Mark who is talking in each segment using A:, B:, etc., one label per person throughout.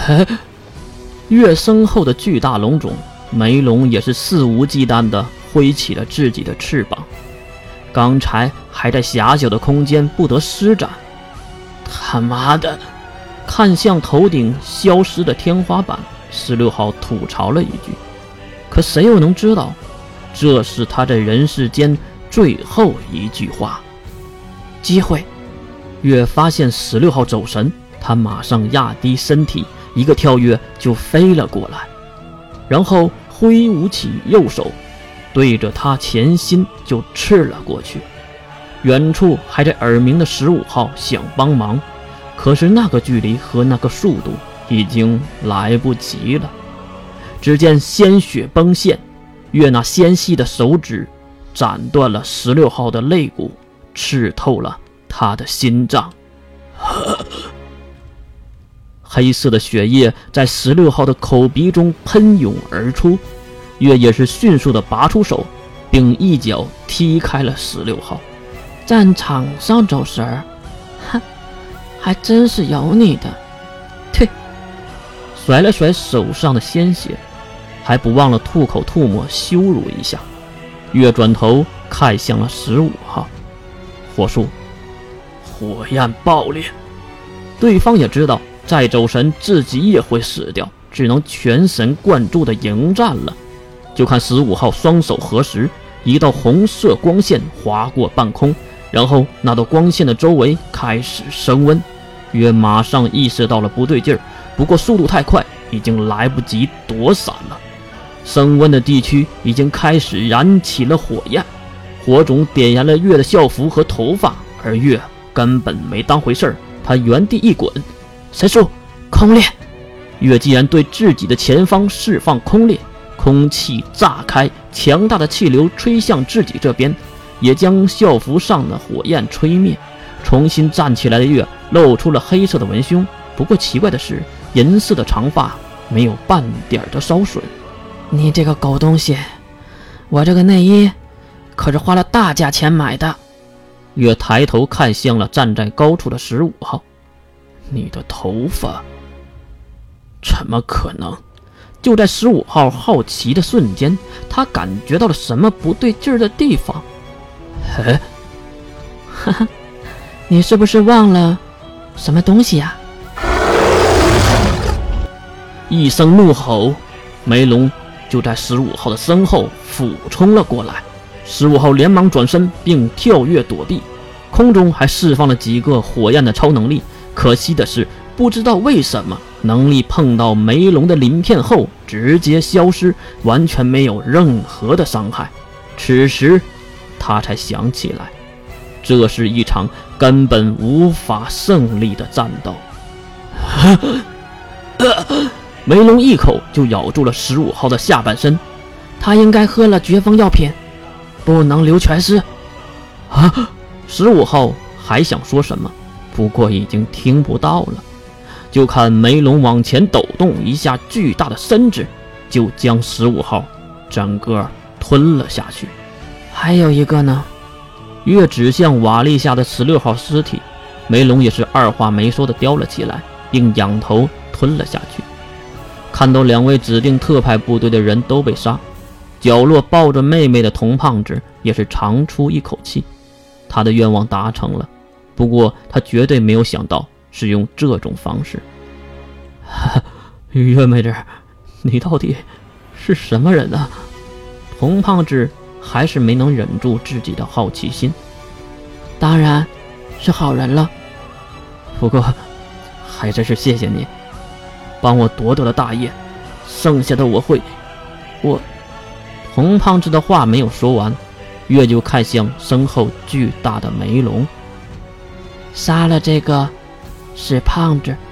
A: 月身后的巨大龙种，梅龙也是肆无忌惮地挥起了自己的翅膀。刚才还在狭小的空间不得施展，他妈的！看向头顶消失的天花板，16号吐槽了一句。可谁又能知道，这是他在人世间最后一句话。机会！月发现16号走神，他马上压低身体，一个跳跃就飞了过来，然后挥舞起右手，对着他前心就刺了过去。远处还在耳鸣的15号想帮忙，可是那个距离和那个速度已经来不及了。只见鲜血崩现，月那纤细的手指斩断了16号的肋骨，刺透了他的心脏。黑色的血液在16号的口鼻中喷涌而出，月也是迅速地拔出手，并一脚踢开了16号。战场上走神儿，哼，还真是有你的。退！甩了甩手上的鲜血，还不忘了吐口吐沫羞辱一下。月转头看向了15号，火速火焰爆裂。对方也知道再走神自己也会死掉，只能全神贯注地迎战了。就看15号双手合十，一道红色光线划过半空，然后那道光线的周围开始升温。月马上意识到了不对劲儿，不过速度太快，已经来不及躲闪了。升温的地区已经开始燃起了火焰，火种点燃了月的校服和头发，而月根本没当回事儿，他原地一滚，神术空裂。月既然对自己的前方释放空裂，空气炸开，强大的气流吹向自己这边，也将校服上的火焰吹灭。重新站起来的月露出了黑色的文胸，不过奇怪的是，银色的长发没有半点的烧损。你这个狗东西，我这个内衣可是花了大价钱买的。月抬头看向了站在高处的15号，你的头发？怎么可能？就在15号好奇的瞬间，他感觉到了什么不对劲儿的地方。哈哈，你是不是忘了什么东西呀？一声怒吼，梅龙就在15号的身后俯冲了过来。15号连忙转身并跳跃躲避，空中还释放了几个火焰的超能力。可惜的是，不知道为什么能力碰到梅龙的鳞片后直接消失，完全没有任何的伤害。此时他才想起来，这是一场根本无法胜利的战斗。梅龙一口就咬住了15号的下半身，他应该喝了绝风药品，不能留全尸。15号还想说什么，不过已经听不到了。就看梅龙往前抖动一下巨大的身子，就将15号整个吞了下去。还有一个呢？月指向瓦砾下的16号尸体，梅龙也是二话没说的叼了起来，并仰头吞了下去。看到2位指定特派部队的人都被杀，角落抱着妹妹的童胖子也是长出一口气，他的愿望达成了。不过他绝对没有想到是用这种方式。月妹子，你到底是什么人啊？童胖子还是没能忍住自己的好奇心。当然是好人了，不过还真是谢谢你帮我夺得了大业，剩下的我童胖子的话没有说完，月就看向身后巨大的梅龙。杀了这个是胖子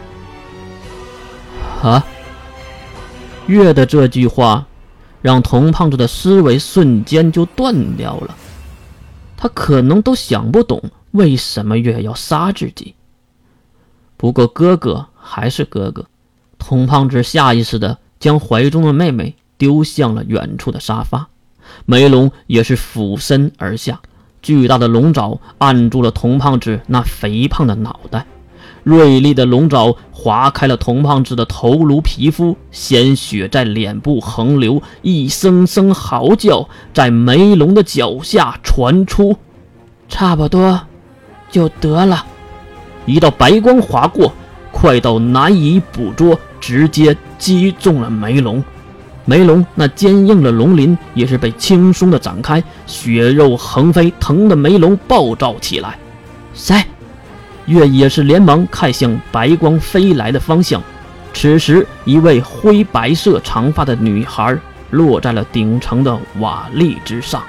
A: 啊！月的这句话让童胖子的思维瞬间就断掉了，他可能都想不懂为什么月要杀自己。不过哥哥还是哥哥，童胖子下意识地将怀中的妹妹丢向了远处的沙发，梅龙也是俯身而下，巨大的龙爪按住了童胖子那肥胖的脑袋， 锐利的龙爪划开了童胖子的头颅皮肤，鲜血在脸部横流，一声声嚎叫在梅龙的脚下传出。差不多就得了。一道白光划过，快到难以捕捉，直接击中了梅龙。梅龙那坚硬的龙鳞也是被轻松的展开，血肉横飞，疼得梅龙暴躁起来。塞！月也是连忙看向白光飞来的方向。此时，一位灰白色长发的女孩落在了顶层的瓦砾之上。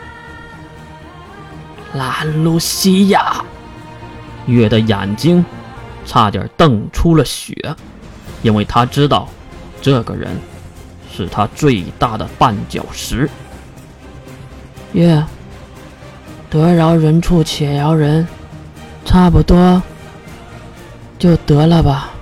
A: 兰露西亚！月的眼睛差点瞪出了血，因为他知道这个人是他最大的绊脚石。月，得饶人处且饶人，差不多就得了吧。